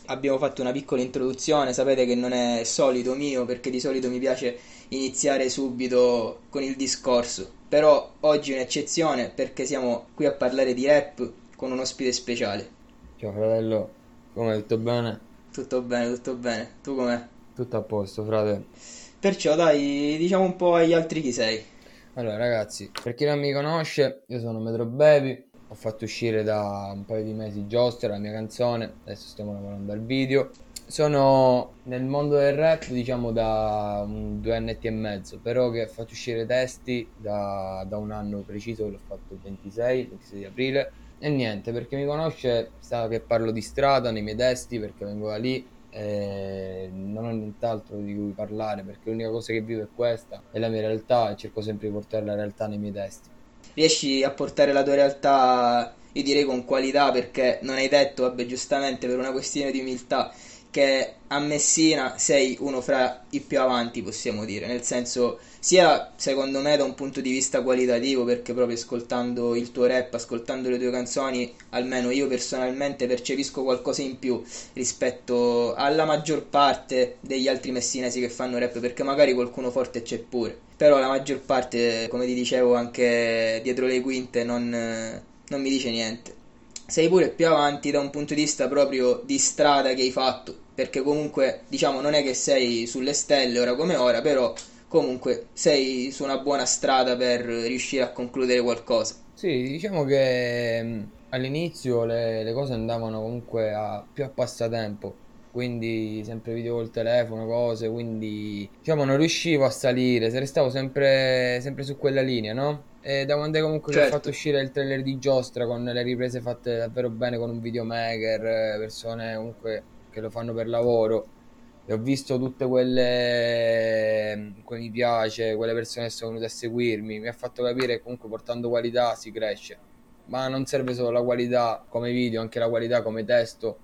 abbiamo fatto una piccola introduzione, sapete che non è solito mio perché di solito mi piace iniziare subito con il discorso, però oggi è un'eccezione perché siamo qui a parlare di rap con un ospite speciale. Ciao fratello, come tutto bene? Tutto bene, tu com'è? Tutto a posto, frate. Perciò dai, diciamo un po' agli altri chi sei. Allora, ragazzi, per chi non mi conosce, io sono Metro Baby, ho fatto uscire da un paio di mesi Giostra, la mia canzone, adesso stiamo lavorando al video. Sono nel mondo del rap, diciamo, da 2 annetti e mezzo, però che faccio uscire testi da un anno preciso, che l'ho fatto il 26 di aprile. E niente, perché mi conosce, sa che parlo di strada nei miei testi, perché vengo da lì. E non ho nient'altro di cui parlare perché l'unica cosa che vivo è questa, è la mia realtà e cerco sempre di portare la realtà nei miei testi. Riesci a portare la tua realtà, io direi con qualità, perché non hai detto, vabbè, giustamente per una questione di umiltà, che a Messina sei uno fra i più avanti, possiamo dire, nel senso, sia secondo me da un punto di vista qualitativo, perché proprio ascoltando il tuo rap, ascoltando le tue canzoni, almeno io personalmente percepisco qualcosa in più rispetto alla maggior parte degli altri messinesi che fanno rap, perché magari qualcuno forte c'è pure. Però la maggior parte, come ti dicevo anche dietro le quinte, non mi dice niente. Sei pure più avanti da un punto di vista proprio di strada che hai fatto, perché comunque diciamo non è che sei sulle stelle ora come ora, però comunque sei su una buona strada per riuscire a concludere qualcosa. Sì, diciamo che all'inizio le cose andavano comunque più a passatempo, quindi sempre video col telefono, cose, quindi diciamo non riuscivo a salire, se restavo sempre su quella linea, no? E da quando è comunque che ho fatto Certo, uscire il trailer di Giostra con le riprese fatte davvero bene con un videomaker, persone comunque che lo fanno per lavoro. E ho visto tutte quelle mi piace, quelle persone che sono venute a seguirmi, mi ha fatto capire che comunque portando qualità si cresce, ma non serve solo la qualità come video, anche la qualità come testo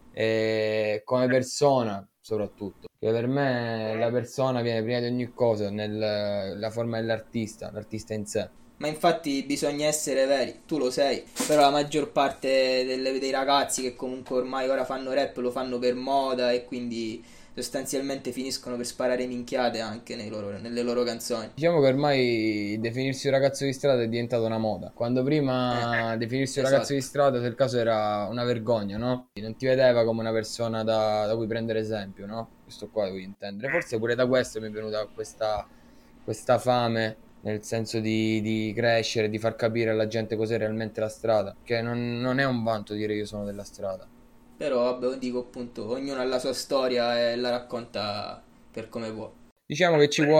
e come persona soprattutto, che per me la persona viene prima di ogni cosa nella forma dell'artista, l'artista in sé. ma infatti bisogna essere veri, tu lo sei, però la maggior parte dei ragazzi che comunque ormai ora fanno rap lo fanno per moda e quindi sostanzialmente finiscono per sparare minchiate anche nelle loro canzoni. Diciamo che ormai definirsi un ragazzo di strada è diventata una moda. Quando Eh, prima definirsi un ragazzo di esatto. strada, se il caso, era una vergogna, no? Non ti vedeva come una persona da cui prendere esempio, no? Questo qua devo intendere. Forse pure da questo mi è venuta questa fame, nel senso di crescere, di far capire alla gente cos'è realmente la strada. Che non è un vanto dire io sono della strada. Però vabbè, dico appunto, ognuno ha la sua storia e la racconta per come può. Diciamo che ci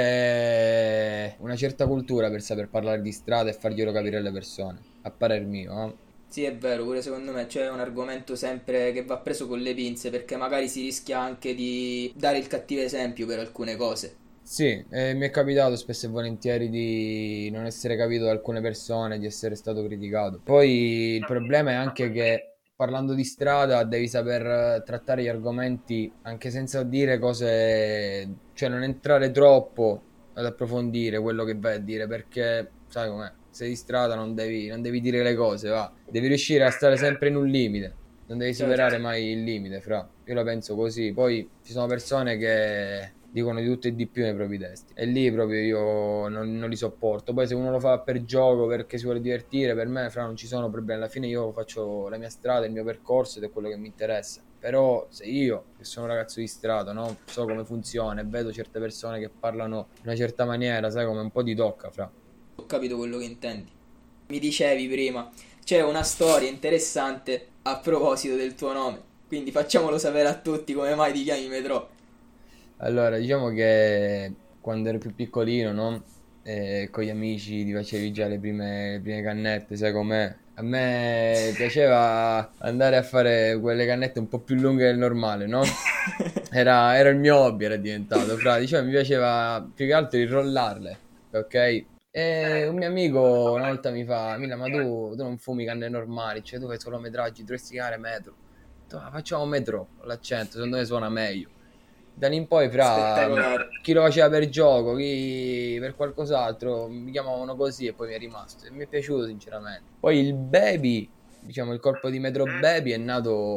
vuole una certa cultura per saper parlare di strada e farglielo capire alle persone, a parer mio, no? Sì, è vero, pure secondo me c'è un argomento sempre che va preso con le pinze perché magari si rischia anche di dare il cattivo esempio per alcune cose. Sì, mi è capitato spesso e volentieri di non essere capito da alcune persone, di essere stato criticato. Poi il problema è anche che parlando di strada devi saper trattare gli argomenti anche senza dire cose, cioè non entrare troppo ad approfondire quello che vai a dire, perché sai com'è, sei di strada non devi dire le cose, va. Devi riuscire a stare sempre in un limite, non devi superare Certo. mai il limite, fra. Io la penso così. Poi ci sono persone che dicono di tutto e di più nei propri testi. E lì proprio io non li sopporto. Poi se uno lo fa per gioco, perché si vuole divertire, per me, fra, non ci sono problemi. Alla fine io faccio la mia strada, il mio percorso ed è quello che mi interessa. Però se io, che sono un ragazzo di strada, no? So come funziona e vedo certe persone che parlano in una certa maniera, sai come un po' di tocca, fra. Ho capito quello che intendi. Mi dicevi prima, c'è una storia interessante a proposito del tuo nome, quindi facciamolo sapere a tutti come mai ti chiami Metro. Allora, diciamo che quando ero più piccolino, no? Con gli amici ti facevi già le prime cannette, sai com'è? A me piaceva andare a fare quelle cannette un po' più lunghe del normale, no? Era il mio hobby, era diventato, fra, diciamo, mi piaceva più che altro irrollarle, ok? E un mio amico una volta mi fa, Mila, ma tu non fumi canne normali, cioè tu fai solo metraggi, dovresti chiamare metro. Ho detto, "Ah, facciamo metro con l'accento, secondo me suona meglio." Da lì in poi, fra, Spettacolare. chi lo faceva per gioco, chi per qualcos'altro, mi chiamavano così e poi mi è rimasto. E mi è piaciuto sinceramente. Poi il Baby, diciamo il corpo di Metro Baby è nato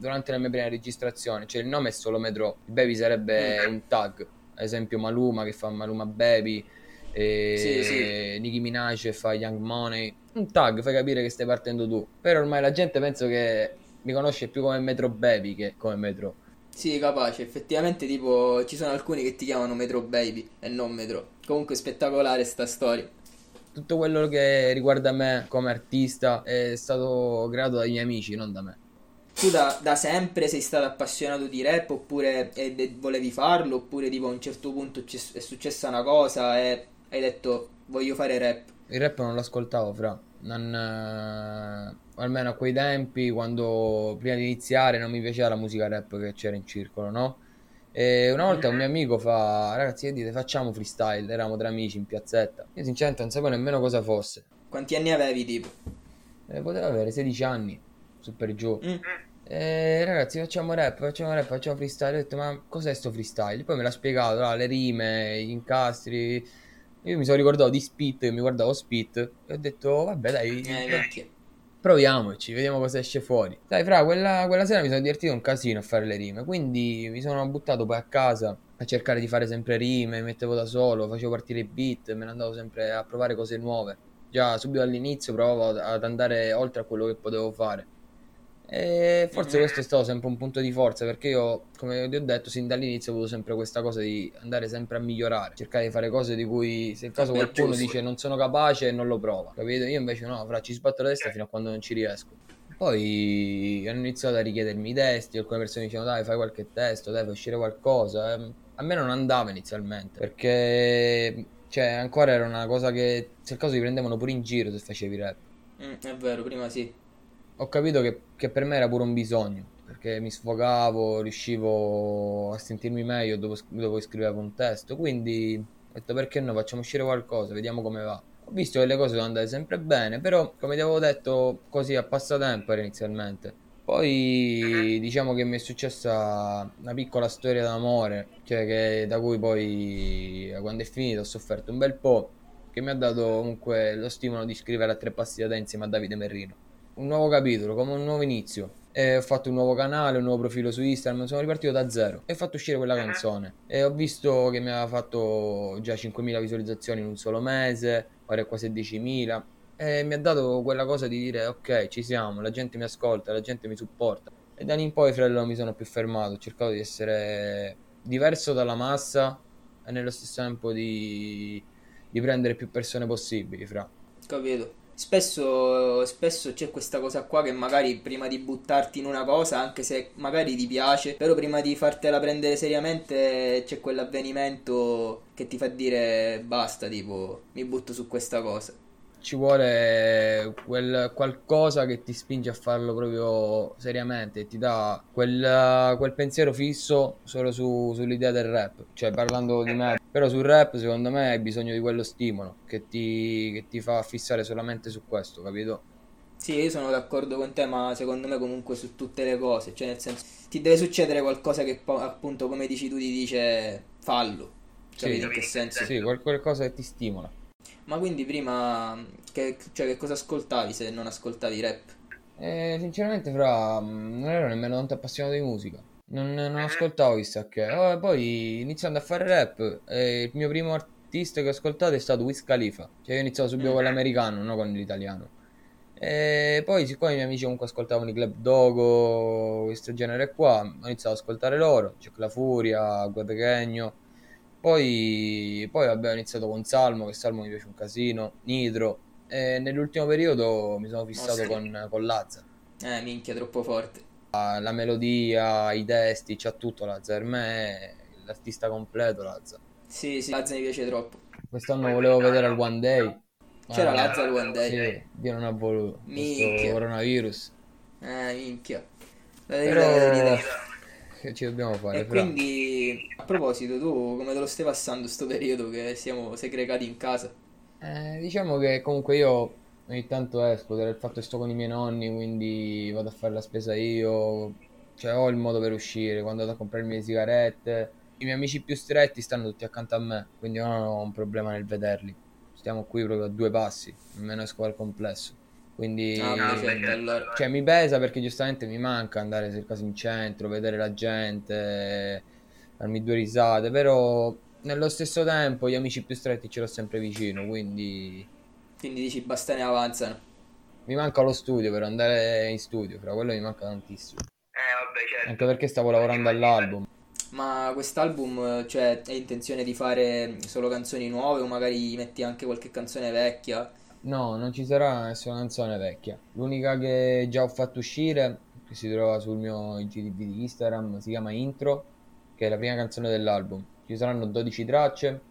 durante la mia prima registrazione, cioè il nome è solo Metro, il Baby sarebbe un tag, ad esempio Maluma che fa Maluma Baby, Sì, sì. e Nicki Minaj che fa Young Money, un tag, fai capire che stai partendo tu, però ormai la gente penso che mi conosce più come Metro Baby che come Metro. Sì, capace, effettivamente tipo ci sono alcuni che ti chiamano Metro Baby e non Metro. Comunque spettacolare sta storia. Tutto quello che riguarda me come artista è stato creato dai miei amici, non da me. Tu da sempre sei stato appassionato di rap oppure volevi farlo oppure tipo a un certo punto è successa una cosa e hai detto voglio fare rap. Il rap non l'ascoltavo, fra. Non, almeno a quei tempi, quando prima di iniziare non mi piaceva la musica rap che c'era in circolo, no? E una volta un mio amico fa, ragazzi, che dite, facciamo freestyle. Eravamo tre amici in piazzetta. Io sinceramente non sapevo nemmeno cosa fosse. Quanti anni avevi tipo? Poteva avere 16 anni, su per giù. Mm, Ragazzi, facciamo rap, facciamo freestyle. Ho detto, ma cos'è sto freestyle? Poi me l'ha spiegato, le rime, gli incastri. Io mi sono ricordato di Spit, io mi guardavo Spit e ho detto, vabbè, dai, minchia. proviamoci, vediamo cosa esce fuori. Dai, fra, quella sera mi sono divertito un casino a fare le rime, quindi mi sono buttato poi a casa a cercare di fare sempre rime, mi mettevo da solo, facevo partire i beat, me ne andavo sempre a provare cose nuove. Già subito all'inizio provavo ad andare oltre a quello che potevo fare. E forse Mhm. questo è stato sempre un punto di forza perché io, come ti ho detto, sin dall'inizio ho avuto sempre questa cosa di andare sempre a migliorare, cercare di fare cose di cui, se il caso Vabbè, qualcuno giusto. dice non sono capace e non lo prova, capito? Io invece no, fra ci sbatto la testa fino a quando non ci riesco. Poi hanno iniziato a richiedermi i testi, alcune persone dicevano dai fai qualche testo, dai fai uscire qualcosa. A me non andava inizialmente perché cioè ancora era una cosa che se il caso ti prendevano pure in giro se facevi rap. È vero, prima sì. Ho capito che per me era pure un bisogno, perché mi sfogavo, riuscivo a sentirmi meglio dopo che scrivevo un testo, quindi ho detto perché no, facciamo uscire qualcosa, vediamo come va. Ho visto che le cose sono andate sempre bene, però come ti avevo detto così a passatempo era inizialmente. Poi diciamo che mi è successa una piccola storia d'amore, cioè che da cui poi quando è finito ho sofferto un bel po', che mi ha dato comunque lo stimolo di scrivere a tre passi da te insieme a Davide Merrino un nuovo capitolo, come un nuovo inizio. E ho fatto un nuovo canale, un nuovo profilo su Instagram, sono ripartito da zero e ho fatto uscire quella canzone. E ho visto che mi aveva fatto già 5.000 visualizzazioni in un solo mese, ora è quasi 10.000. E mi ha dato quella cosa di dire ok, ci siamo, la gente mi ascolta, la gente mi supporta. E da lì in poi, fratello, non mi sono più fermato, ho cercato di essere diverso dalla massa e nello stesso tempo di prendere più persone possibili, fra. Capito? Spesso c'è questa cosa qua che magari prima di buttarti in una cosa, anche se magari ti piace, però prima di fartela prendere seriamente c'è quell'avvenimento che ti fa dire basta, tipo mi butto su questa cosa. Ci vuole quel qualcosa che ti spinge a farlo proprio seriamente e ti dà quel pensiero fisso solo sull'idea del rap, cioè parlando di me, però sul rap secondo me hai bisogno di quello stimolo che ti fa fissare solamente su questo, capito? Sì, io sono d'accordo con te, ma secondo me comunque su tutte le cose, cioè nel senso ti deve succedere qualcosa che appunto come dici tu ti dice fallo, capito Sì, in che senso? sì, qualcosa che ti stimola. Ma quindi prima che cosa ascoltavi se non ascoltavi rap? Sinceramente, fra, non ero nemmeno tanto appassionato di musica. Non ascoltavo chissà che. Poi iniziando a fare rap, il mio primo artista che ho ascoltato è stato Wiz Khalifa. Cioè, io ho iniziato subito Mm. con l'americano, non con l'italiano. E poi, siccome i miei amici comunque ascoltavano i Club Dogo, questo genere qua, ho iniziato ad ascoltare loro. C'è La Furia, Gue Pequeno. Poi vabbè, ho iniziato con Salmo, che Salmo mi piace un casino, Nitro. E nell'ultimo periodo mi sono fissato Mostri. con Lazza. Minchia, troppo forte. La melodia, i testi, c'ha tutto Lazza. Per me è l'artista completo Lazza. Sì, sì, Lazza mi piace troppo. Quest'anno volevo vedere al One Day, C'era ma Lazza al One Day. sì, Dio non ha voluto, questo Minchia. coronavirus. Minchia. La verità, la Però verità. che ci dobbiamo fare, E fra? quindi, a proposito, tu come te lo stai passando sto periodo che siamo segregati in casa? Diciamo che comunque io ogni tanto esco, per il fatto che sto con i miei nonni, quindi vado a fare la spesa io, cioè ho il modo per uscire, quando vado a comprarmi le sigarette. I miei amici più stretti stanno tutti accanto a me, quindi non ho un problema nel vederli. Stiamo qui proprio a due passi, nemmeno esco dal complesso. Ah, Quindi, beh, certo, allora. cioè, mi pesa perché giustamente mi manca andare se caso in centro, vedere la gente, darmi due risate, però nello stesso tempo gli amici più stretti ce l'ho sempre vicino, quindi Quindi dici basta ne avanzano. mi manca lo studio per andare in studio, fra quello mi manca tantissimo. Vabbè, Anche certo. perché stavo lavorando all'album. Ma quest'album, cioè, hai intenzione di fare solo canzoni nuove o magari metti anche qualche canzone vecchia? No, non ci sarà nessuna canzone vecchia. L'unica che già ho fatto uscire, che si trova sul mio IGTV di Instagram, si chiama Intro, che è la prima canzone dell'album. Ci saranno 12 tracce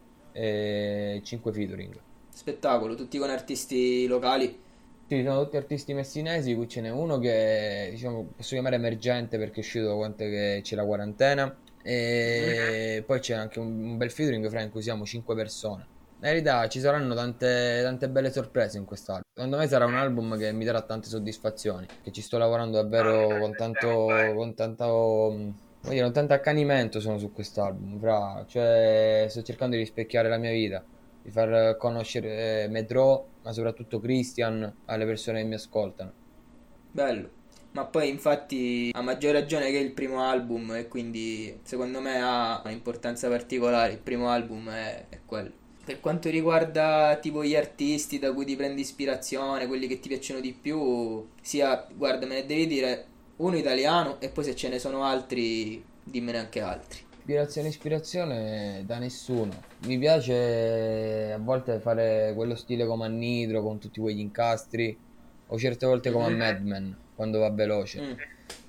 e 5 featuring. Spettacolo, tutti con artisti locali. Sì, sono tutti artisti messinesi, qui ce n'è uno che diciamo posso chiamare emergente perché è uscito da quanto che c'è la quarantena Mhm. e poi c'è anche un bel featuring fra in cui siamo 5 persone. In verità ci saranno tante belle sorprese in quest'album. Secondo me sarà un album che mi darà tante soddisfazioni, che ci sto lavorando davvero con tanto, come dire, con tanto accanimento sono su quest'album, cioè sto cercando di rispecchiare la mia vita di far conoscere Metro, ma soprattutto Christian alle persone che mi ascoltano. Bello. Ma poi infatti a maggior ragione che è il primo album e quindi secondo me ha un'importanza particolare, il primo album è quello. Per quanto riguarda tipo gli artisti da cui ti prendi ispirazione, quelli che ti piacciono di più, sia, guarda, me ne devi dire uno italiano e poi se ce ne sono altri, dimmene anche altri. Ispirazione da nessuno. Mi piace a volte fare quello stile come a Nitro con tutti quegli incastri, o certe volte come a Mhm. Mad Men quando va veloce. Mm.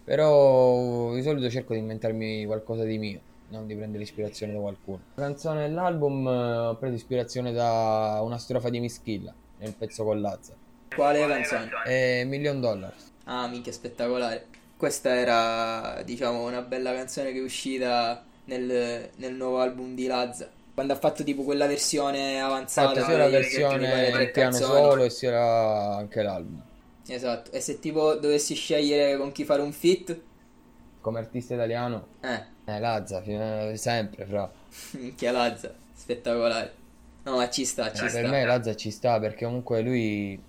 Però di solito cerco di inventarmi qualcosa di mio, non di prendere ispirazione da qualcuno. La canzone dell'album ho preso ispirazione da una strofa di Mischilla nel pezzo con Lazza. Quale canzone? E Million Dollars. Ah, minchia, spettacolare. Questa era, diciamo, una bella canzone che è uscita nel nuovo album di Lazza. Quando ha fatto tipo quella versione Ho fatto avanzata sia la che mi pare versione tre in piano canzoni. solo e sia anche l'album. Esatto. E se tipo dovessi scegliere con chi fare un feat? Come artista italiano, Eh, Lazza, sempre, fra. minchia Lazza. Spettacolare. No, ma ci sta, ci Per sta. me Lazza ci sta perché comunque lui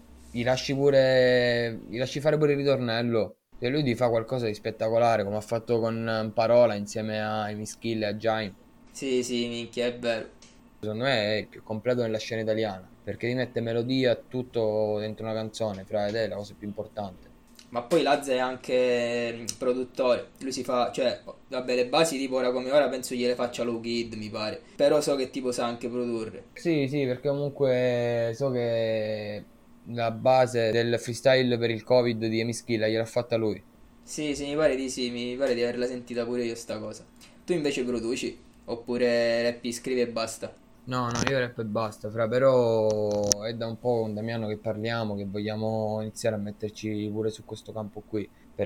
gli lasci fare pure il ritornello e lui ti fa qualcosa di spettacolare come ha fatto con Parola insieme a Emischille e a Jaime. Sì, sì, minchia, è vero. Secondo me è il più completo nella scena italiana perché ti mette melodia tutto dentro una canzone, fra ed è la cosa più importante. Ma poi Lazza è anche produttore. Lui si fa, cioè, vabbè, le basi tipo ora come ora penso gliele faccia Low Kid, mi pare. Però so che tipo sa anche produrre. Sì, sì, perché comunque so che la base del freestyle per il Covid di Emischilla gliel'ha fatta lui. Sì, sì, mi pare di sì, mi pare di averla sentita pure io sta cosa. Tu invece produci? Oppure rappi, scrivi e basta? No, no, io rap e basta, fra, però è da un po' con Damiano che parliamo, che vogliamo iniziare a metterci pure su questo campo qui,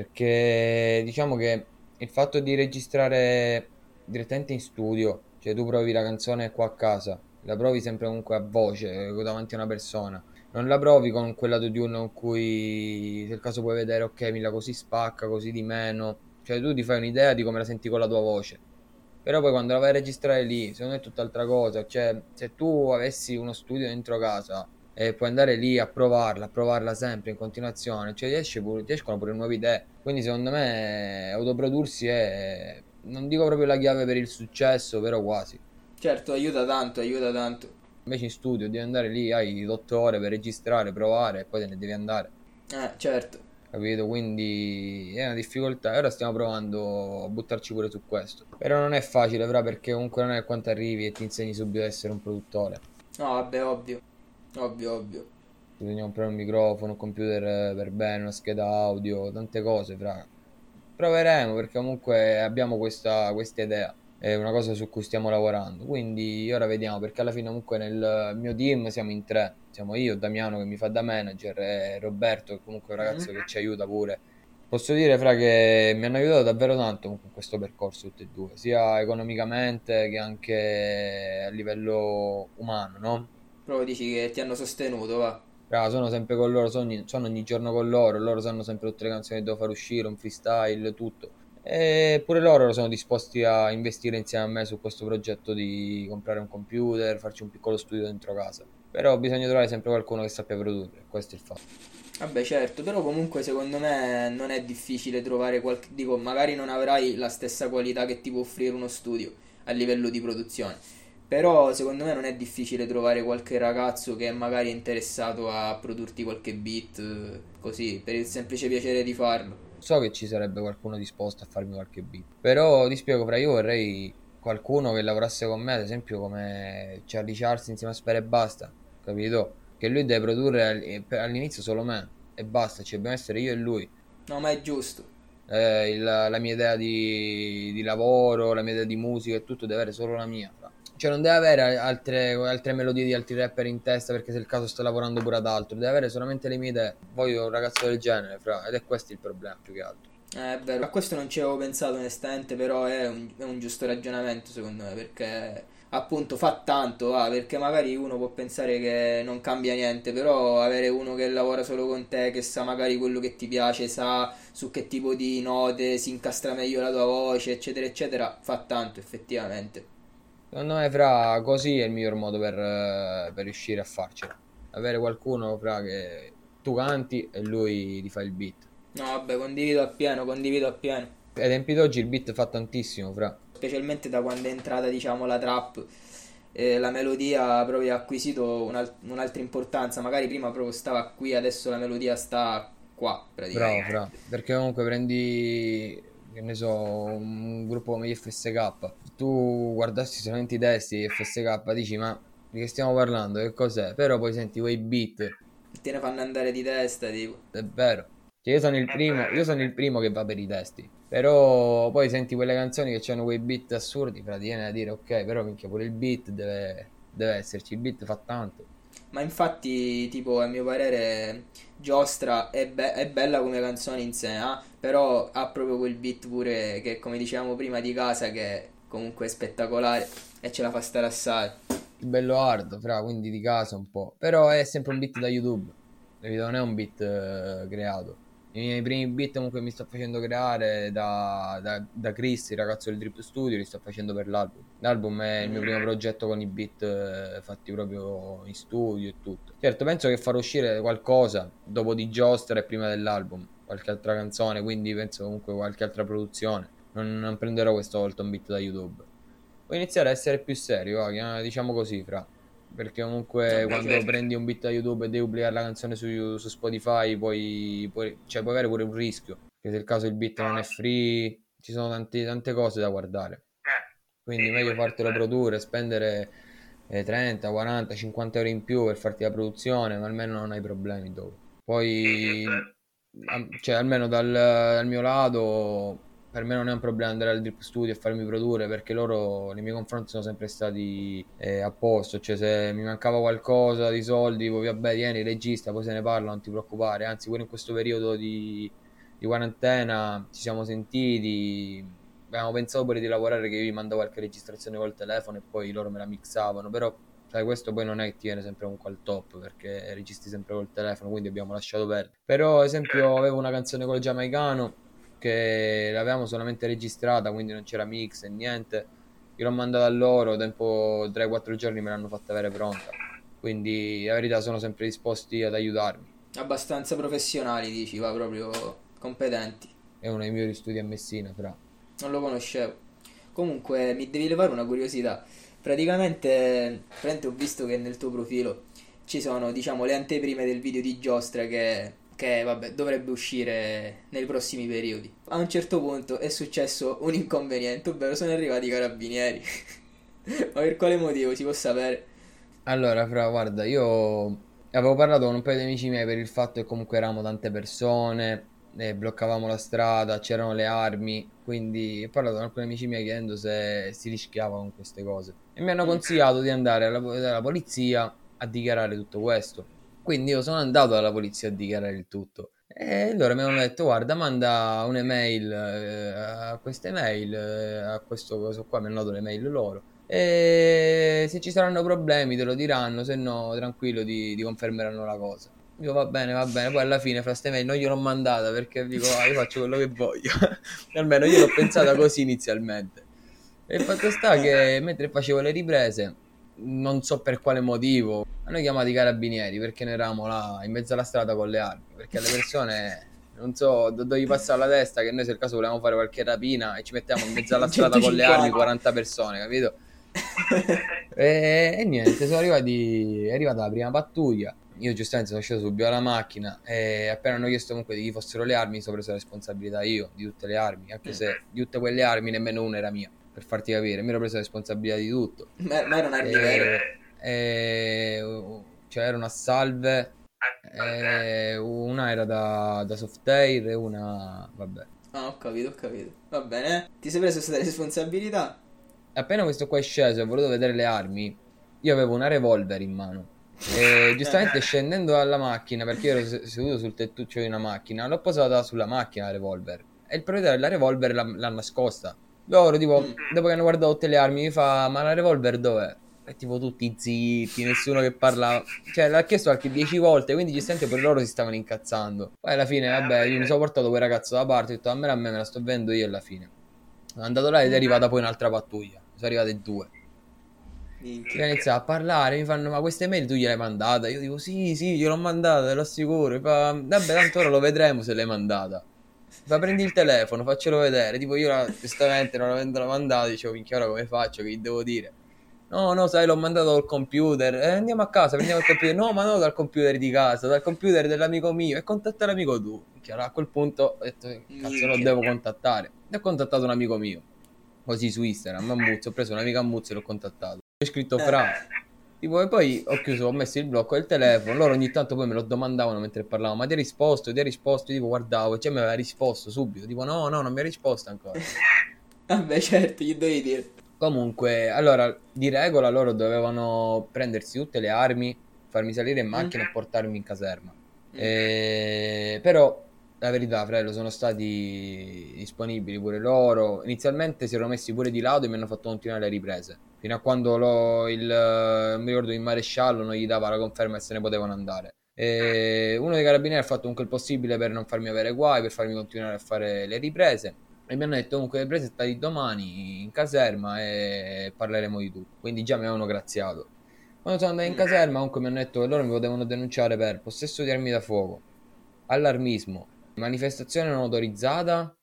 perché diciamo che il fatto di registrare direttamente in studio, cioè tu provi la canzone qua a casa, la provi sempre comunque a voce, davanti a una persona, non la provi con quell'autotune in cui se il caso puoi vedere, ok, mi la così spacca, così di meno, cioè tu ti fai un'idea di come la senti con la tua voce. Però poi quando la vai a registrare lì, secondo me è tutt'altra cosa. Cioè, se tu avessi uno studio dentro casa e puoi andare lì a provarla sempre in continuazione, cioè ti escono pure nuove idee. Quindi secondo me autoprodursi è, non dico proprio la chiave per il successo, però quasi. Certo, aiuta tanto, aiuta tanto. Invece in studio devi andare lì, hai 8 ore per registrare, provare e poi te ne devi andare. Certo. Capito? Quindi è una difficoltà e ora stiamo provando a buttarci pure su questo. Però non è facile, però, perché comunque non è quanto arrivi e ti insegni subito ad essere un produttore. No, vabbè, ovvio. Ovvio, ovvio. Bisogna comprare un microfono, un computer per bene, una scheda audio, tante cose, fra. Proveremo perché comunque abbiamo questa idea, è una cosa su cui stiamo lavorando. Quindi ora vediamo perché alla fine comunque nel mio team siamo in tre. Siamo io, Damiano che mi fa da manager e Roberto che comunque è un Mhm. ragazzo che ci aiuta pure. Posso dire, fra, che mi hanno aiutato davvero tanto con questo percorso tutti e due, sia economicamente che anche a livello umano, no? Proprio dici che ti hanno sostenuto, va. Sono sempre con loro, sono ogni giorno con loro sanno sempre tutte le canzoni che devo far uscire, un freestyle, tutto. E pure loro sono disposti a investire insieme a me su questo progetto di comprare un computer, farci un piccolo studio dentro casa. Però bisogna trovare sempre qualcuno che sappia produrre, questo è il fatto. Vabbè, certo, però comunque secondo me non è difficile trovare qualche... Dico, magari non avrai la stessa qualità che ti può offrire uno studio a livello di produzione, però secondo me non è difficile trovare qualche ragazzo che magari è interessato a produrti qualche beat, così, per il semplice piacere di farlo. So che ci sarebbe qualcuno disposto a farmi qualche beat, però ti spiego, fra io vorrei qualcuno che lavorasse con me, ad esempio come Charlie Charles insieme a Sfera e Basta, capito? Che lui deve produrre all'inizio solo me e basta, ci dobbiamo essere io e lui. No, ma è giusto. La mia idea di lavoro, la mia idea di musica e tutto deve avere solo la mia, fra. Cioè non deve avere altre melodie di altri rapper in testa perché se è il caso sto lavorando pure ad altro, deve avere solamente le mie idee. Voglio un ragazzo del genere, fra, ed è questo il problema più che altro. È vero, a questo non ci avevo pensato onestamente, però è un giusto ragionamento secondo me, perché appunto fa tanto, perché magari uno può pensare che non cambia niente, però avere uno che lavora solo con te, che sa magari quello che ti piace, sa su che tipo di note si incastra meglio la tua voce, eccetera, eccetera, fa tanto effettivamente. Secondo me, fra, così è il miglior modo per riuscire a farcela. Avere qualcuno, fra, che tu canti e lui ti fa il beat. No, vabbè, condivido appieno, condivido appieno. Ai tempi d'oggi il beat fa tantissimo, fra. Specialmente da quando è entrata, diciamo, la trap, la melodia proprio ha acquisito un'altra importanza. Magari prima proprio stava qui, adesso la melodia sta qua, Bravo, praticamente. fra. Perché comunque prendi, che ne so, un gruppo come gli FSK. Tu guardassi solamente i testi di FSK, dici, ma di che stiamo parlando? Che cos'è? Però poi senti quei beat, Te ne fanno andare di testa, tipo. è vero. Cioè, io sono il primo che va per i testi. Però poi senti quelle canzoni che hanno quei beat assurdi, fra, ti viene da dire, ok, però minchia pure il beat deve esserci, il beat fa tanto. Ma infatti, tipo, a mio parere, Giostra è bella come canzone in sé, però ha proprio quel beat pure che, come dicevamo prima, di casa, che comunque è spettacolare e ce la fa stare assai. Il bello hard, fra, quindi di casa un po'. Però è sempre un beat da YouTube, capito? Non è un beat creato. I miei primi beat comunque mi sto facendo creare da Chris, il ragazzo del Drip Studio, li sto facendo per l'album. L'album è il mio primo progetto con i beat fatti proprio in studio e tutto. Certo, penso che farò uscire qualcosa dopo di Joster e prima dell'album, qualche altra canzone, quindi penso comunque qualche altra produzione. Non prenderò questa volta un beat da YouTube. Puoi iniziare a essere più serio, diciamo così, fra. Perché comunque Vabbè, quando certo. prendi un beat da YouTube e devi pubblicare la canzone su Spotify, cioè, puoi avere pure un rischio. Che se il caso il beat non è free, ci sono tante cose da guardare. Quindi meglio fartelo produrre, spendere 30, 40, 50 euro in più per farti la produzione, ma almeno non hai problemi dopo. Poi, cioè, almeno dal mio lato, per me non è un problema andare al Drip Studio e farmi produrre perché loro nei miei confronti sono sempre stati a posto. Cioè, se mi mancava qualcosa di soldi, poi vabbè, vieni, regista, poi se ne parla, non ti preoccupare. Anzi, pure in questo periodo di quarantena ci siamo sentiti. Abbiamo pensato pure di lavorare che io gli mandavo qualche registrazione col telefono e poi loro me la mixavano, però sai, questo poi non è che ti viene sempre comunque al top perché registri sempre col telefono, quindi abbiamo lasciato perdere. Però, ad esempio, avevo una canzone col giamaicano che l'avevamo solamente registrata, quindi non c'era mix e niente. Io l'ho mandata a loro, tempo 3-4 giorni me l'hanno fatta avere pronta. Quindi, la verità, sono sempre disposti ad aiutarmi. Abbastanza professionali, dici, va proprio competenti. È uno dei migliori studi a Messina, fra. Non lo conoscevo. Comunque, mi devi levare una curiosità. Praticamente ho visto che nel tuo profilo ci sono, diciamo, le anteprime del video di Giostra che, vabbè, dovrebbe uscire nei prossimi periodi. A un certo punto è successo un inconveniente, ovvero sono arrivati i carabinieri. Ma per quale motivo, si può sapere? Allora, fra, guarda, io avevo parlato con un paio di amici miei per il fatto che comunque eravamo tante persone, bloccavamo la strada, c'erano le armi, quindi ho parlato con alcuni amici miei chiedendo se si rischiava con queste cose. E mi hanno Mm. consigliato di andare alla polizia a dichiarare tutto questo. Quindi io sono andato alla polizia a dichiarare il tutto. E loro mi hanno detto, guarda, manda un'email a questa email, a questo coso qua, mi hanno dato le mail loro. E se ci saranno problemi te lo diranno, se no tranquillo ti confermeranno la cosa. Dico va bene, va bene. Poi alla fine fra ste mail non gliel'ho mandata perché dico io faccio quello che voglio. Almeno io l'ho pensata così inizialmente. E il fatto sta che mentre facevo le riprese non so per quale motivo, hanno chiamato i carabinieri perché noi eravamo là in mezzo alla strada con le armi, perché alle persone, non so, dovevi passare la testa che noi se il caso volevamo fare qualche rapina e ci mettiamo in mezzo alla strada con le armi 150. 40 persone, capito? E niente, è arrivata la prima pattuglia. Io giustamente sono sceso subito dalla macchina e appena hanno chiesto comunque di chi fossero le armi, mi sono preso la responsabilità io di tutte le armi, anche se di tutte quelle armi nemmeno una era mia, per farti capire, mi ero preso la responsabilità di tutto. Ma erano armi vere? Cioè era una salve, una era da soft air e una, vabbè. Ah, ho capito, ho capito. Va bene. Ti sei preso questa responsabilità? Appena questo qua è sceso e ho voluto vedere le armi, io avevo una revolver in mano. E giustamente scendendo dalla macchina, perché io ero seduto sul tettuccio di una macchina, l'ho posata sulla macchina la revolver. E il proprietario della revolver l'ha nascosta. Loro, tipo, dopo che hanno guardato tutte le armi, mi fa: Ma la revolver dov'è? E tipo tutti zitti, nessuno che parlava. Cioè, l'ha chiesto anche 10 volte, quindi giustamente per loro si stavano incazzando. Poi alla fine, vabbè, io mi sono portato quel ragazzo da parte, ho detto: a me la sto vedendo io alla fine. Sono andato là ed è arrivata poi un'altra pattuglia. Sono arrivate due. Minchia. Io iniziavo a parlare, mi fanno: Ma queste mail tu gliel'hai mandata? Io dico: Sì, sì, gliel'ho mandata, te lo assicuro. Mi fa: Vabbè, tanto ora lo vedremo se l'hai mandata. Mi fa: Prendi il telefono, faccelo vedere. Tipo, io giustamente non avendolo mandato, dicevo: Minchia, ora come faccio? Che gli devo dire? No, no, sai, l'ho mandato dal computer. Andiamo a casa, prendiamo il computer. No, ma no, dal computer di casa, dal computer dell'amico mio. E contatta l'amico tu. Minchia, a quel punto ho detto: Cazzo, lo Minchia. devo contattare. E ho contattato un amico mio. Così su Instagram, Ammuzzo, ho preso un'amica Ammuzzo e l'ho contattato. Ho scritto Eh. Fra. Tipo, e poi ho chiuso, ho messo il blocco del telefono. Loro ogni tanto poi me lo domandavano mentre parlavamo: Ma ti ha risposto? Ti ha risposto? Io tipo guardavo, cioè mi aveva risposto subito. Tipo, no, no, non mi ha risposto ancora. Vabbè, certo, gli dovevi dire. Comunque, allora, di regola loro dovevano prendersi tutte le armi, farmi salire in Mm? macchina e portarmi in caserma. Mm. Però, la verità, fratello, sono stati disponibili pure loro. Inizialmente si erano messi pure di lato e mi hanno fatto continuare le riprese. Fino a quando non mi ricordo, il maresciallo non gli dava la conferma e se ne potevano andare. E uno dei carabinieri ha fatto comunque il possibile per non farmi avere guai, per farmi continuare a fare le riprese. E mi hanno detto comunque le prese stai domani in caserma e parleremo di tutto. Quindi già mi avevano graziato. Quando sono andato in caserma comunque mi hanno detto che loro mi potevano denunciare per possesso di armi da fuoco, allarmismo, manifestazione non autorizzata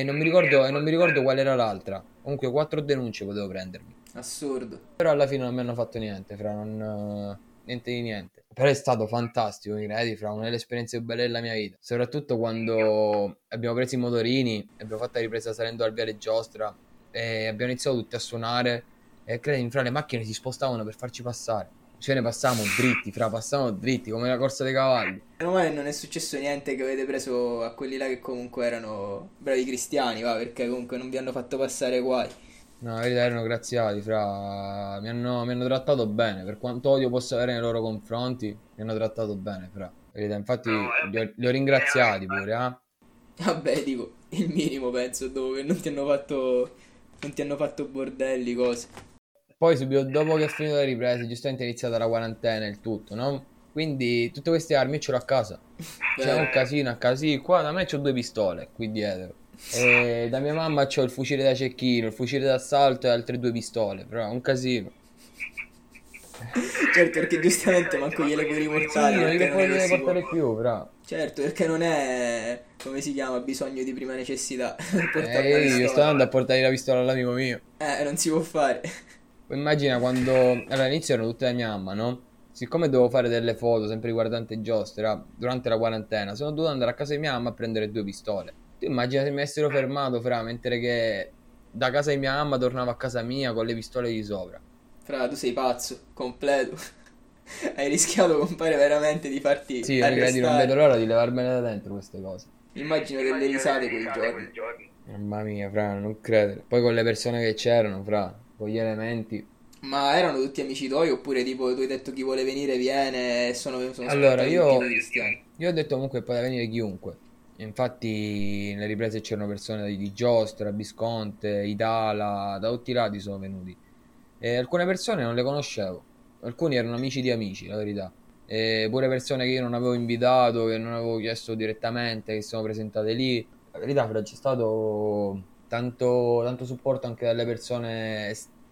e non mi ricordo qual era l'altra. Comunque 4 denunce potevo prendermi. Assurdo. Però alla fine non mi hanno fatto niente, fra niente di niente. Però è stato fantastico, mi credi, fra una delle esperienze più belle della mia vita. Soprattutto quando abbiamo preso i motorini, abbiamo fatto la ripresa salendo dal viale Giostra e abbiamo iniziato tutti a suonare e credimi, fra le macchine si spostavano per farci passare. Cioè ne passavamo dritti come la corsa dei cavalli. Meno male non è successo niente che avete preso a quelli là che comunque erano bravi cristiani, va, perché comunque non vi hanno fatto passare guai. No, la verità erano graziati, fra. Mi hanno trattato bene, per quanto odio possa avere nei loro confronti, mi hanno trattato bene, fra. La verità, infatti li ho ringraziati pure, eh. Vabbè, dico, il minimo penso, dopo che non ti hanno fatto bordelli, cose. Poi subito dopo che ho finito le riprese, giustamente è iniziata la quarantena e il tutto, no? Quindi tutte queste armi io ce l'ho a casa. C'è un casino a casa, sì, qua da me c'ho 2 pistole, qui dietro. E da mia mamma c'ho il fucile da cecchino, il fucile d'assalto e altre 2 pistole, però è un casino. Certo, perché giustamente manco gliele puoi Sì, riportare non li perché non è che devo si può. portare più, però. Certo, perché non è, come si chiama, bisogno di prima necessità portare una Io sto andando pistola. a portare la pistola all'amico mio. Non si può fare. Poi immagina quando all'inizio erano tutte da mia mamma, no? Siccome dovevo fare delle foto sempre riguardanti giostra durante la quarantena, sono dovuto andare a casa di mia mamma a prendere 2 pistole. Tu immagina se mi avessero fermato, fra, mentre che da casa di mia mamma tornavo a casa mia con le pistole di sopra. Fra, tu sei pazzo, completo. Hai rischiato, compare, veramente di farti Sì, non vedo arrestare. l'ora di levarmene da dentro queste cose. Immagino delle risate quei giorni. Mamma mia, fra, non credere. Poi con le persone che c'erano, fra, con gli elementi. Ma erano tutti amici tuoi oppure tipo tu hai detto chi vuole venire viene e sono Allora, spuntati tutti cristiani? io ho detto comunque che poteva venire chiunque. Infatti, nelle riprese c'erano persone di Giostra, Visconte, Itala, da tutti i lati sono venuti. E alcune persone non le conoscevo, alcuni erano amici di amici, la verità. E pure persone che io non avevo invitato, che non avevo chiesto direttamente, che si sono presentate lì. La verità, però, c'è stato tanto supporto anche dalle persone esterne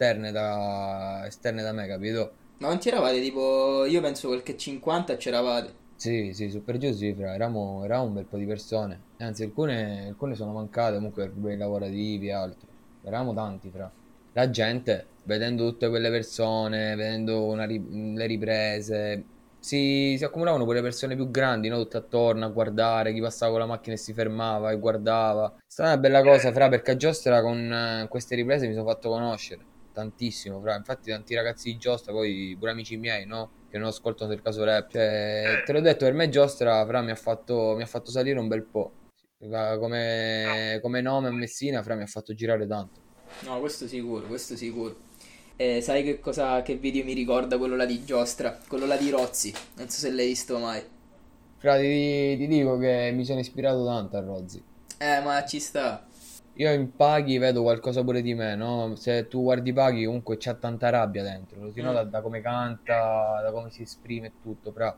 esterne da me, capito? Ma quanti eravate? Tipo, io penso qualche 50 c'eravate. Sì, sì, su per giù sì, fra, eravamo un bel po' di persone. Anzi, alcune sono mancate comunque per problemi lavorativi e altro. Eravamo tanti, fra. La gente, vedendo tutte quelle persone, vedendo le riprese, si accumulavano quelle persone più grandi, no? Tutte attorno a guardare, chi passava con la macchina e si fermava e guardava. È stata una bella cosa, fra, perché a Giostra con queste riprese mi sono fatto conoscere tantissimo, fra. Infatti tanti ragazzi di Giostra, poi pure amici miei, no? Che non ascoltano del caso rap. Cioè, te l'ho detto, per me Giostra, fra, mi ha fatto salire un bel po'. Come nome a Messina, fra, mi ha fatto girare tanto. No, questo sicuro, questo sicuro. Sai che cosa, che video mi ricorda quello là di Giostra? Quello là di Rozzi. Non so se l'hai visto mai. Fra, ti dico che mi sono ispirato tanto a Rozzi. Ma ci sta. Io in Paghi vedo qualcosa pure di me, no? Se tu guardi Paghi comunque c'ha tanta rabbia dentro, sino Mm. da come canta, da come si esprime e tutto, fra.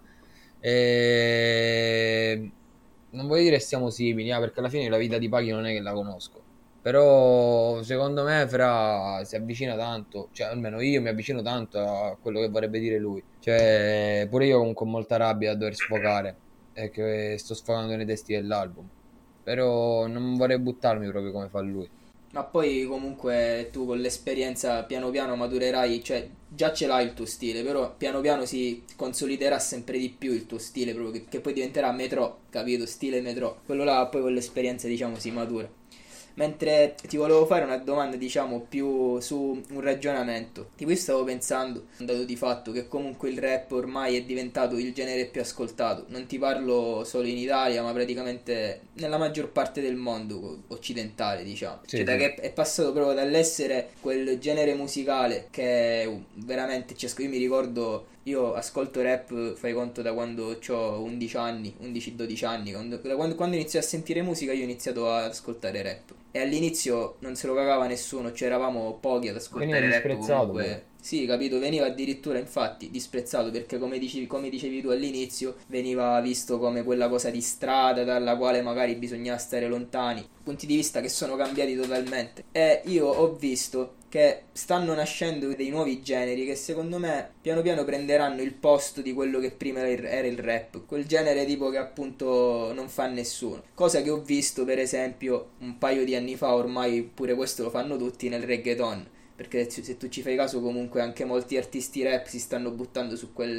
E... Non voglio dire siamo simili, perché alla fine la vita di Paghi non è che la conosco. Però secondo me Fra si avvicina tanto, cioè almeno io mi avvicino tanto a quello che vorrebbe dire lui. Cioè pure io comunque ho molta rabbia a dover sfogare e che sto sfogando nei testi dell'album. Però non vorrei buttarmi proprio come fa lui. Ma poi comunque tu con l'esperienza piano piano maturerai, cioè già ce l'hai il tuo stile, però piano piano si consoliderà sempre di più il tuo stile, proprio che poi diventerà metro, capito? Stile metro. Quello là poi con l'esperienza diciamo si matura. Mentre ti volevo fare una domanda, diciamo, più su un ragionamento. Tipo, io stavo pensando, un dato di fatto, che comunque il rap ormai è diventato il genere più ascoltato. Non ti parlo solo in Italia, ma praticamente nella maggior parte del mondo occidentale, diciamo. Cioè, Sì, da sì. che è passato proprio dall'essere quel genere musicale che veramente, io mi ricordo, io ascolto rap, fai conto da quando ho 11 anni, 11-12 anni, quando inizio a sentire musica io ho iniziato ad ascoltare rap. E all'inizio non se lo cagava nessuno, cioè eravamo pochi ad Veniva ascoltare rap disprezzato pure. comunque. Sì, capito, veniva addirittura infatti disprezzato perché come dicevi tu all'inizio, veniva visto come quella cosa di strada dalla quale magari bisognava stare lontani, punti di vista che sono cambiati totalmente. E io ho visto che stanno nascendo dei nuovi generi che secondo me piano piano prenderanno il posto di quello che prima era il rap, quel genere tipo che appunto non fa nessuno. Cosa che ho visto per esempio un paio di anni fa, ormai pure questo lo fanno tutti nel reggaeton, perché se tu ci fai caso comunque anche molti artisti rap si stanno buttando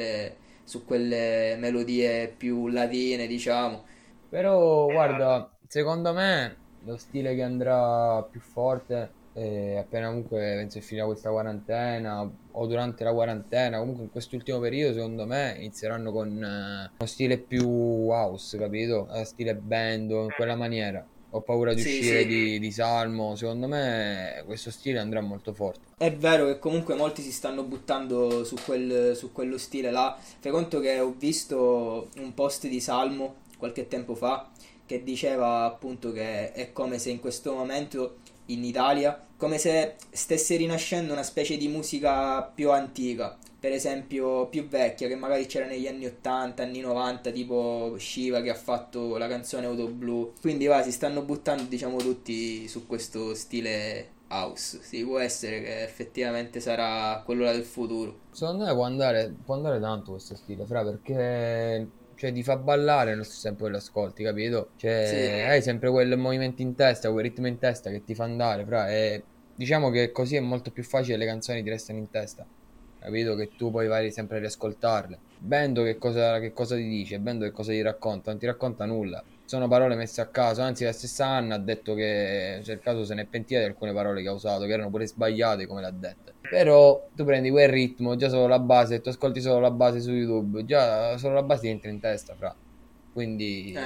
su quelle melodie più latine, diciamo. Però guarda, secondo me lo stile che andrà più forte appena comunque penso che finirà questa quarantena o durante la quarantena, comunque in quest'ultimo periodo secondo me inizieranno con uno stile più house, capito? Stile band o in quella maniera. Ho paura di Sì, uscire sì. di Salmo, secondo me questo stile andrà molto forte. È vero che comunque molti si stanno buttando su quello stile là. Fai conto che ho visto un post di Salmo qualche tempo fa che diceva appunto che è come se in questo momento in Italia, come se stesse rinascendo una specie di musica più antica, per esempio più vecchia, che magari c'era negli anni 80, anni 90, tipo Shiva che ha fatto la canzone Auto Blu. Quindi va, si stanno buttando diciamo tutti su questo stile house. Sì, può essere che effettivamente sarà quello là del futuro. Secondo me può andare tanto questo stile, fra, perché cioè, ti fa ballare nello stesso tempo che lo ascolti, capito? Sì. Cioè, hai sempre quel movimento in testa, quel ritmo in testa che ti fa andare, fra, e diciamo che così è molto più facile, le canzoni ti restano in testa, capito? Che tu poi vai sempre a riascoltarle. Bendo che cosa ti dice, Bendo che cosa ti racconta, non ti racconta nulla. Sono parole messe a caso, anzi la stessa Anna ha detto che cioè, il caso se n'è pentita di alcune parole che ha usato, che erano pure sbagliate come l'ha dette. Però tu prendi quel ritmo, già solo la base, tu ascolti solo la base su YouTube, già solo la base ti entra in testa, fra. Quindi,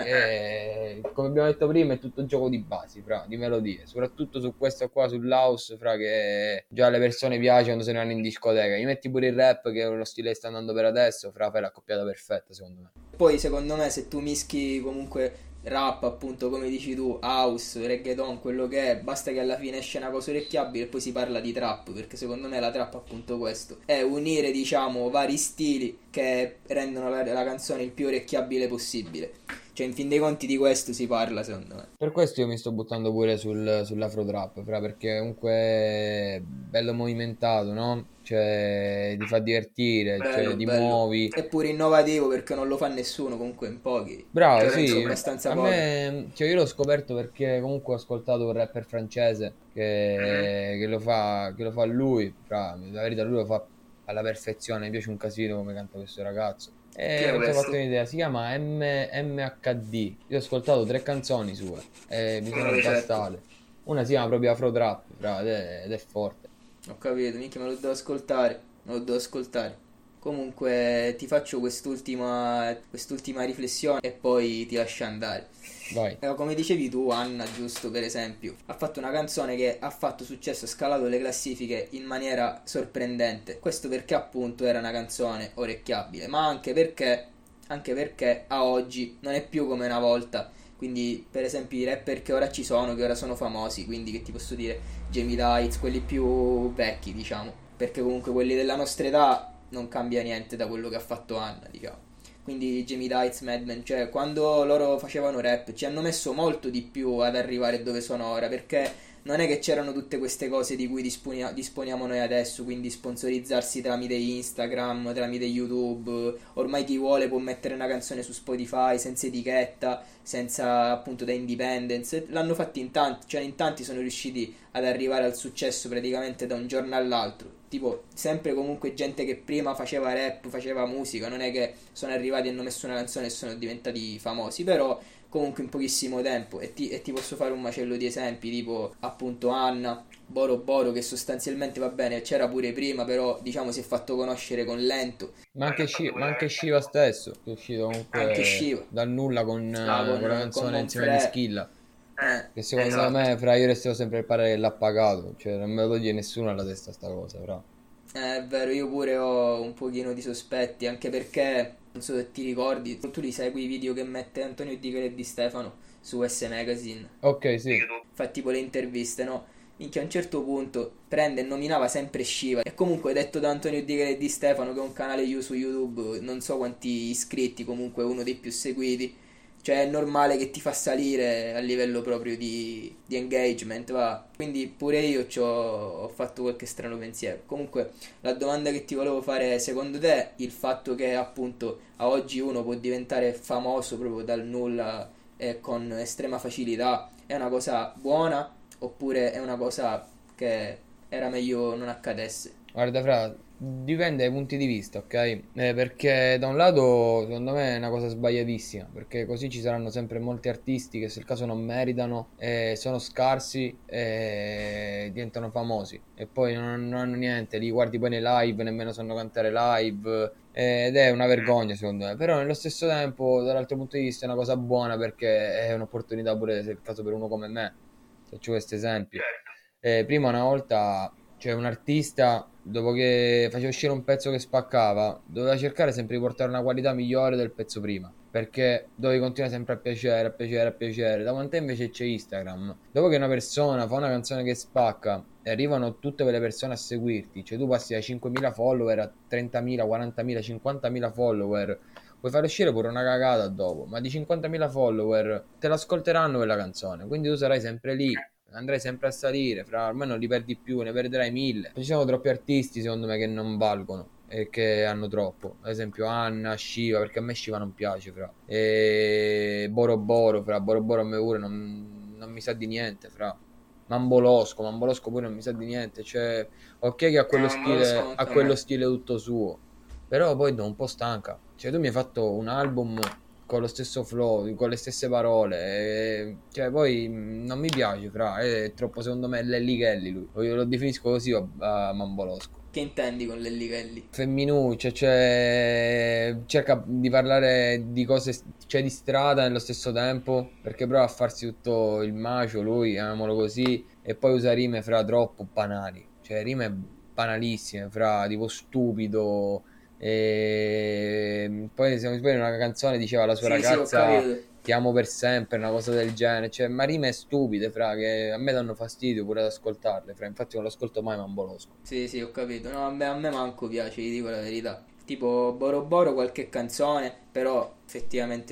come abbiamo detto prima, è tutto gioco di basi, fra, di melodie. Soprattutto su questo qua, sull'house, fra, che già alle persone piace quando se ne vanno in discoteca. Gli metti pure il rap, che è uno stile che sta andando per adesso, fra, fai la coppiata perfetta, secondo me. Poi secondo me se tu mischi comunque rap, appunto come dici tu, house, reggaeton, quello che è, basta che alla fine esce una cosa orecchiabile e poi si parla di trap, perché secondo me la trap appunto questo, è unire diciamo vari stili che rendono la canzone il più orecchiabile possibile. Cioè, in fin dei conti di questo si parla, secondo me. Per questo io mi sto buttando pure sull'afro trap, fra, perché comunque è bello movimentato, no? Cioè, ti fa divertire, cioè, Bello, ti bello. muovi. È pure innovativo perché non lo fa nessuno, comunque in pochi. Bravo, Cioè, penso sì, abbastanza a pochi. me, cioè io l'ho scoperto perché comunque ho ascoltato un rapper francese Mhm. che lo fa lui, fra, la verità lui lo fa alla perfezione, mi piace un casino come canta questo ragazzo. Chi E è mi sono fatto questo? un'idea, si chiama MHD, io ho ascoltato 3 canzoni sue e mi sono Certo. bastate. Una si chiama proprio Afro Trap, fra, ed è forte. Ho capito, minchia, me lo devo ascoltare. Me lo devo ascoltare. Comunque ti faccio quest'ultima riflessione e poi ti lascio andare. Vai. Come dicevi tu, Anna, giusto per esempio, ha fatto una canzone che ha fatto successo, ha scalato le classifiche in maniera sorprendente. Questo perché appunto era una canzone orecchiabile, ma anche perché a oggi non è più come una volta. Quindi, per esempio, i rapper che ora ci sono, che ora sono famosi, quindi che ti posso dire, Jamie Lights, quelli più vecchi, diciamo, perché comunque quelli della nostra età non cambia niente da quello che ha fatto Anna, diciamo. Quindi Jamie Lights, Madman, cioè quando loro facevano rap ci hanno messo molto di più ad arrivare dove sono ora, perché non è che c'erano tutte queste cose di cui disponiamo noi adesso, quindi sponsorizzarsi tramite Instagram, tramite YouTube, ormai chi vuole può mettere una canzone su Spotify senza etichetta, senza appunto da independence, l'hanno fatto in tanti, cioè in tanti sono riusciti ad arrivare al successo praticamente da un giorno all'altro. Tipo, sempre comunque gente che prima faceva rap, faceva musica, non è che sono arrivati e hanno messo una canzone e sono diventati famosi, però comunque in pochissimo tempo. E ti posso fare un macello di esempi, tipo appunto Anna, Boro Boro, che sostanzialmente va bene, c'era pure prima, però diciamo si è fatto conoscere con lento. Ma anche Shiva stesso, che è uscito Anche comunque Shiva, dal nulla ah, con la con canzone insieme di Monfrè. Skilla. Che secondo Esatto. me, fra, io resterò sempre il parere che l'ha pagato. Cioè, non me lo toglie nessuno alla testa sta cosa, fra. È vero, io pure ho un pochino di sospetti, anche perché, non so se ti ricordi, tu li segui i video che mette Antonio Digger e Di Stefano su S Magazine, Ok, sì. fa tipo le interviste, no? Minchia, a un certo punto prende e nominava sempre Shiva. E comunque detto da Antonio Digger e Di Stefano, che è un canale su YouTube, non so quanti iscritti, comunque uno dei più seguiti. Cioè è normale che ti fa salire a livello proprio di engagement, va. Quindi pure io ho fatto qualche strano pensiero. Comunque la domanda che ti volevo fare è, secondo te il fatto che appunto a oggi uno può diventare famoso proprio dal nulla e con estrema facilità è una cosa buona oppure è una cosa che era meglio non accadesse? Guarda, fra, dipende dai punti di vista, ok? Perché da un lato, secondo me, è una cosa sbagliatissima, perché così ci saranno sempre molti artisti che se il caso non meritano, sono scarsi e diventano famosi. E poi non hanno niente, li guardi poi nei live, nemmeno sanno cantare live. Ed è una vergogna secondo me, però nello stesso tempo dall'altro punto di vista è una cosa buona perché è un'opportunità pure se il caso per uno come me. Faccio questo esempio. Prima una volta c'è un artista, dopo che faceva uscire un pezzo che spaccava, doveva cercare sempre di portare una qualità migliore del pezzo prima, perché dovevi continuare sempre a piacere, a piacere, a piacere. Da quant'è invece c'è Instagram? Dopo che una persona fa una canzone che spacca e arrivano tutte quelle persone a seguirti, cioè tu passi da 5.000 follower a 30.000, 40.000, 50.000 follower, puoi fare uscire pure una cagata dopo, ma di 50.000 follower te l'ascolteranno quella canzone, quindi tu sarai sempre lì, andrai sempre a salire, fra ormai non li perdi più, ne perderai 1.000. Ci sono troppi artisti secondo me che non valgono e che hanno troppo, ad esempio Anna, Shiva, perché a me Shiva non piace, fra, e Boro Boro, fra, Boro Boro a me pure non mi sa di niente, fra. Mambolosco pure non mi sa di niente, cioè ok che No, non lo so ha anche a quello me. stile tutto suo, però poi da un po' stanca. Cioè, tu mi hai fatto un album con lo stesso flow, con le stesse parole. Cioè, poi non mi piace, fra. È troppo, secondo me, Lelli Kelly lui. Io lo definisco così a Mambolosco. Che intendi con Lelli? Femminuccia, cioè cerca di parlare di cose, cioè di strada nello stesso tempo, perché prova a farsi tutto il macio, lui, chiamiamolo così, e poi usa rime fra troppo banali, cioè rime banalissime, fra tipo stupido, e poi se non mi sbaglio in una canzone diceva alla sua Sì, sì, ho ragazza capito. ti amo per sempre, una cosa del genere, cioè ma rime stupide, fra, che a me danno fastidio pure ad ascoltarle, fra, infatti non lo ascolto mai Mambolosco. Sì, sì, ho capito. No, a me manco piace, ti dico la verità. Tipo Boro Boro qualche canzone, però effettivamente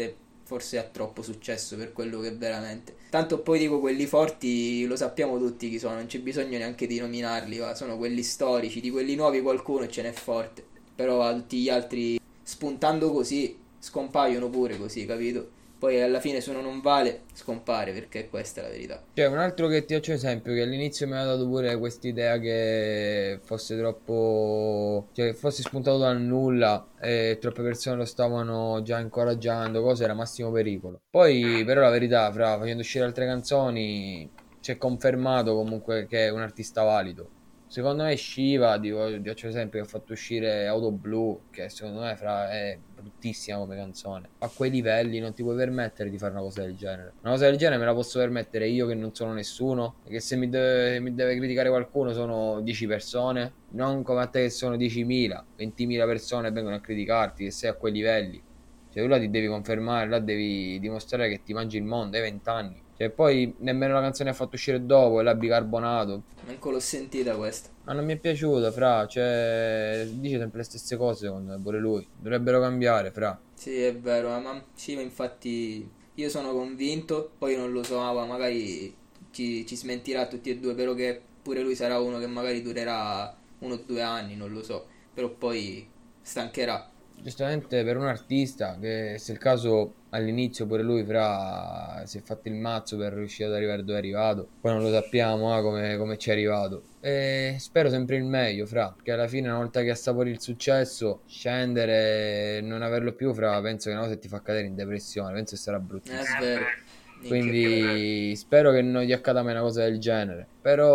forse ha troppo successo per quello che è veramente. Tanto poi dico, quelli forti lo sappiamo tutti chi sono, non c'è bisogno neanche di nominarli, va. Sono quelli storici, di quelli nuovi qualcuno ce n'è forte, però a tutti gli altri spuntando così scompaiono pure così, capito? Poi alla fine se uno non vale scompare, perché questa è la verità. Cioè, un altro che ti faccio esempio, che all'inizio mi aveva dato pure quest'idea che fosse troppo, cioè, che fosse spuntato dal nulla e troppe persone lo stavano già incoraggiando, cosa era Massimo Pericolo. Poi, però, la verità, fra facendo uscire altre canzoni, si è confermato comunque che è un artista valido. Secondo me Shiva, ti faccio esempio, che ha fatto uscire Auto Blu, che secondo me fra, è bruttissima come canzone. A quei livelli non ti puoi permettere di fare una cosa del genere. Una cosa del genere me la posso permettere io che non sono nessuno, e che se mi deve criticare qualcuno sono 10 persone, non come a te che sono 10.000, 20.000 persone vengono a criticarti, che sei a quei livelli. Cioè tu là ti devi confermare, là devi dimostrare che ti mangi il mondo, hai 20 anni. Cioè poi nemmeno la canzone ha fatto uscire dopo, è la bicarbonato. Manco l'ho sentita questa. Ma non mi è piaciuta, fra, cioè, dice sempre le stesse cose secondo me, pure lui. Dovrebbero cambiare, fra. Sì, è vero, ma sì, ma infatti io sono convinto, poi non lo so, ma magari ci smentirà tutti e due, però che pure lui sarà uno che magari durerà 1 o 2 anni, non lo so, però poi stancherà. Giustamente per un artista, che se il caso all'inizio pure lui, fra, si è fatto il mazzo per riuscire ad arrivare dove è arrivato. Poi non lo sappiamo, come ci è arrivato. E spero sempre il meglio, fra, che alla fine una volta che assapori il successo, scendere e non averlo più, fra, penso che una cosa ti fa cadere in depressione, penso che sarà È bruttissimo. vero, minchia, è vero. Quindi spero che non gli accada mai una cosa del genere.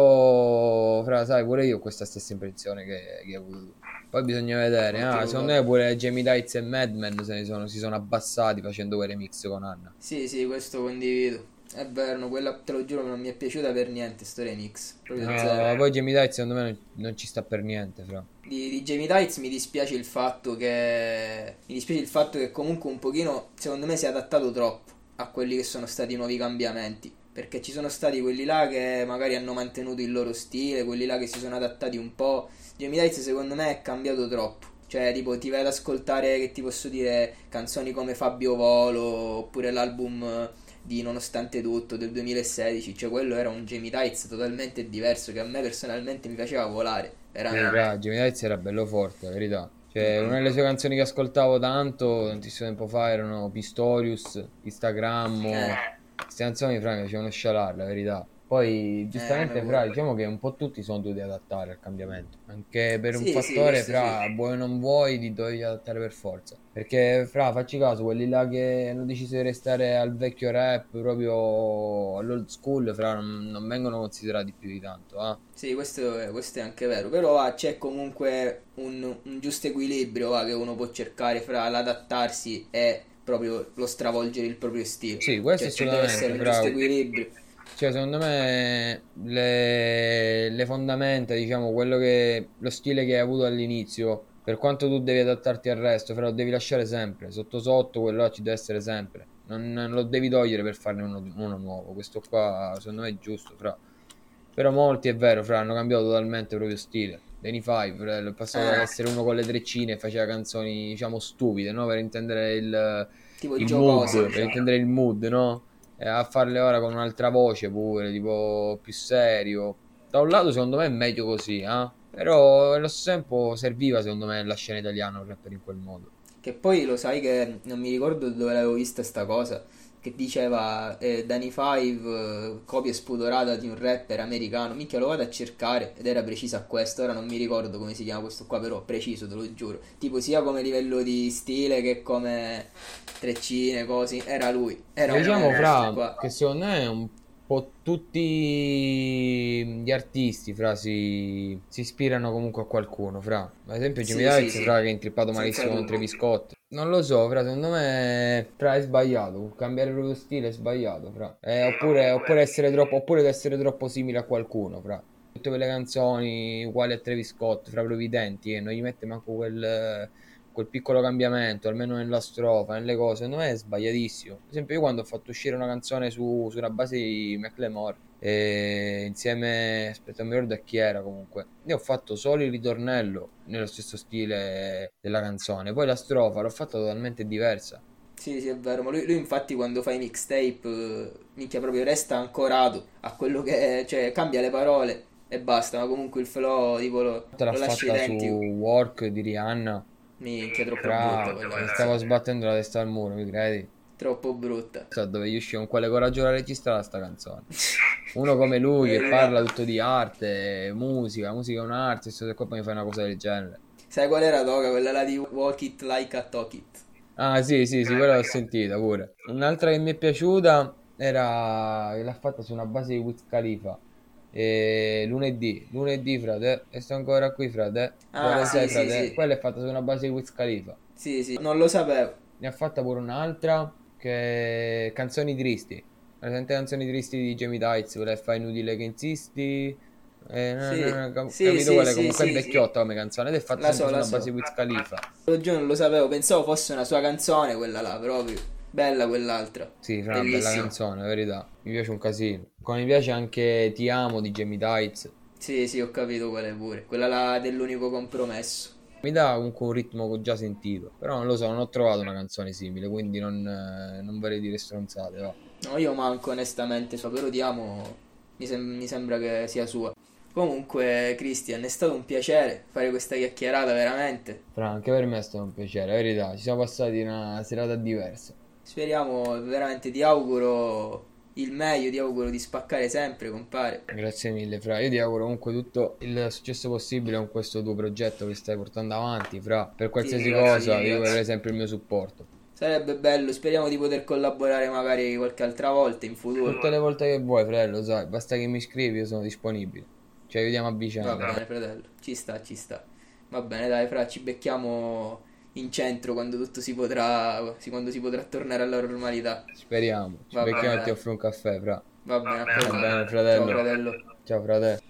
Però, fra, sai, pure io ho questa stessa impressione che hai avuto tu. Poi bisogna vedere. Ah, Ottimo, secondo me pure Jamie Tights e Madman si sono abbassati facendo quei remix con Anna. Sì, sì, questo condivido. È vero, no, quella te lo giuro non mi è piaciuta per niente, sto remix, proprio zero. No, poi Jamie Tights secondo me non ci sta per niente, fra. Di Jamie Tights mi dispiace il fatto che comunque un pochino secondo me si è adattato troppo a quelli che sono stati i nuovi cambiamenti, perché ci sono stati quelli là che magari hanno mantenuto il loro stile, quelli là che si sono adattati un po'. Jamie Tights secondo me è cambiato troppo, cioè tipo ti vai ad ascoltare, che ti posso dire, canzoni come Fabio Volo oppure l'album di Nonostante Tutto del 2016, cioè quello era un Jamie Tights totalmente diverso che a me personalmente mi faceva volare, Sì, veramente. fra, Jamie Tights era bello forte, la verità. Cioè, una delle sue canzoni che ascoltavo tanto tantissimo tempo fa erano Pistorius, Instagrammo. Eh, Queste canzoni, fra, mi facevano scialare, la verità. Poi, a me giustamente, fra, pure. diciamo che un po' tutti sono dovuti adattare al cambiamento. Anche per un Sì, sì, fattore, questo sì. fra, vuoi o non vuoi, ti dovevi adattare per forza. Perché, fra, facci caso, quelli là che hanno deciso di restare al vecchio rap, proprio all'old school, fra, non vengono considerati più di tanto, ah. Sì, questo è anche vero, però c'è comunque un giusto equilibrio che uno può cercare fra l'adattarsi e proprio lo stravolgere il proprio stile. Sì, questo Cioè ci deve essere assolutamente, un giusto fra. equilibrio. Cioè, secondo me le fondamenta, diciamo, lo stile che hai avuto all'inizio, per quanto tu devi adattarti al resto, però lo devi lasciare sempre, sotto sotto quello là ci deve essere sempre. Non lo devi togliere per farne uno nuovo. Questo qua, secondo me, è giusto, fra. Però molti, è vero, fra, hanno cambiato totalmente il proprio stile. Danny Five, è passato Eh, dall'essere uno con le treccine e faceva canzoni, diciamo, stupide, no? Per intendere tipo il giocose, mood, per diciamo. intendere il mood, no? E a farle ora con un'altra voce pure, tipo più serio. Da un lato secondo me è meglio così, però allo stesso tempo serviva secondo me la scena italiana un rapper in quel modo. Che poi lo sai che non mi ricordo dove l'avevo vista sta cosa, che diceva Danny Five, copia spudorata di un rapper americano. Minchia, lo vado a cercare ed era preciso a questo. Ora non mi ricordo come si chiama questo qua, però preciso, te lo giuro. Tipo sia come livello di stile che come treccine, cose. Era lui, era un Diciamo uomo questo fra qua. che secondo me un po' tutti gli artisti fra si ispirano comunque a qualcuno, fra. Ad esempio Jimmy Sì, sì, Dice, sì, fra, che è intrippato senza malissimo con dubbio. Travis Scott. Non lo so, fra, secondo me fra, è sbagliato. Cambiare il proprio stile è sbagliato, fra. Oppure essere troppo simile a qualcuno, fra. Tutte quelle canzoni uguali a Travis Scott, fra Provvidenti, e non gli mette manco quel piccolo cambiamento, almeno nella strofa, nelle cose, secondo me è sbagliatissimo. Per esempio, io quando ho fatto uscire una canzone su una base di Macklemore, insieme, aspetta, non mi ricordo a chi era comunque, io ho fatto solo il ritornello nello stesso stile della canzone, poi la strofa l'ho fatta totalmente diversa. Sì, sì, è vero, ma lui infatti quando fa i mixtape, minchia proprio resta ancorato a quello che è, cioè cambia le parole e basta, ma comunque il flow tipo Te l'ha lo lascia fatta su identico. Work di Rihanna. Minchia, troppo brutta Fra, quella mi stavo canzone, sbattendo la testa al muro, mi credi? troppo brutta. So dove gli uscì con quale coraggio la registrare sta canzone. Uno come lui che Verità. parla tutto di arte, musica è un'arte, e qua poi mi fai una cosa del genere. Sai qual era Toga? Quella là di Walk It Like a Talk It. Ah, sì, sì, sì, quella l'ho sentita pure. Un'altra che mi è piaciuta era che l'ha fatta su una base di Wiz Khalifa. E lunedì, frate, e sto ancora qui, frate. Ah, Dove sei, sì, sì, frate? sì. Quella è fatta su una base di Wiz Khalifa. Sì, sì, non lo sapevo. Ne ha fatta pure un'altra che è Canzoni tristi. Presente Canzoni tristi di Jamie Tights, quella che fa inutile che insisti. Sì, sì, Capito sì, qual è? sì, Comunque è sì, sì. vecchiotta come canzone ed è fatta La sempre so, su la una base so. di Wiz Khalifa. L'altro giorno non lo sapevo, pensavo fosse una sua canzone quella là, proprio. Bella quell'altra. Sì, fra una bella Bellissima. canzone, la verità. Mi piace un casino. Come mi piace anche Ti amo di Jamie Tights. Sì, sì, ho capito qual è pure. Quella là dell'unico compromesso. Mi dà comunque un ritmo che ho già sentito. Però non lo so, non ho trovato una canzone simile, quindi non vorrei dire stronzate, va. No, io manco onestamente, però ti amo, mi sembra che sia sua. Comunque, Christian, è stato un piacere fare questa chiacchierata, veramente. Fra, anche per me è stato un piacere, la verità. Ci siamo passati una serata diversa. Speriamo, veramente, ti auguro il meglio, ti auguro di spaccare sempre, compare. Grazie mille, Fra. Io ti auguro comunque tutto il successo possibile con questo tuo progetto che stai portando avanti, Fra. Per Ti qualsiasi ringrazio, ti cosa, io ringrazio. avrei sempre il mio supporto. Sarebbe bello, speriamo di poter collaborare magari qualche altra volta in futuro. Tutte le volte che vuoi, fratello, sai, basta che mi scrivi, io sono disponibile. Ci aiutiamo a Va vicenda. bene, fratello, ci sta, ci sta. Va bene, dai, fra, ci becchiamo in centro quando tutto si potrà, quando si potrà tornare alla normalità. Speriamo. Ci Va bene, becchiamo e ti dai. offro un caffè, Fra. Va bene, a Va posto. bene, Ciao, fratello. fratello. Ciao, fratello.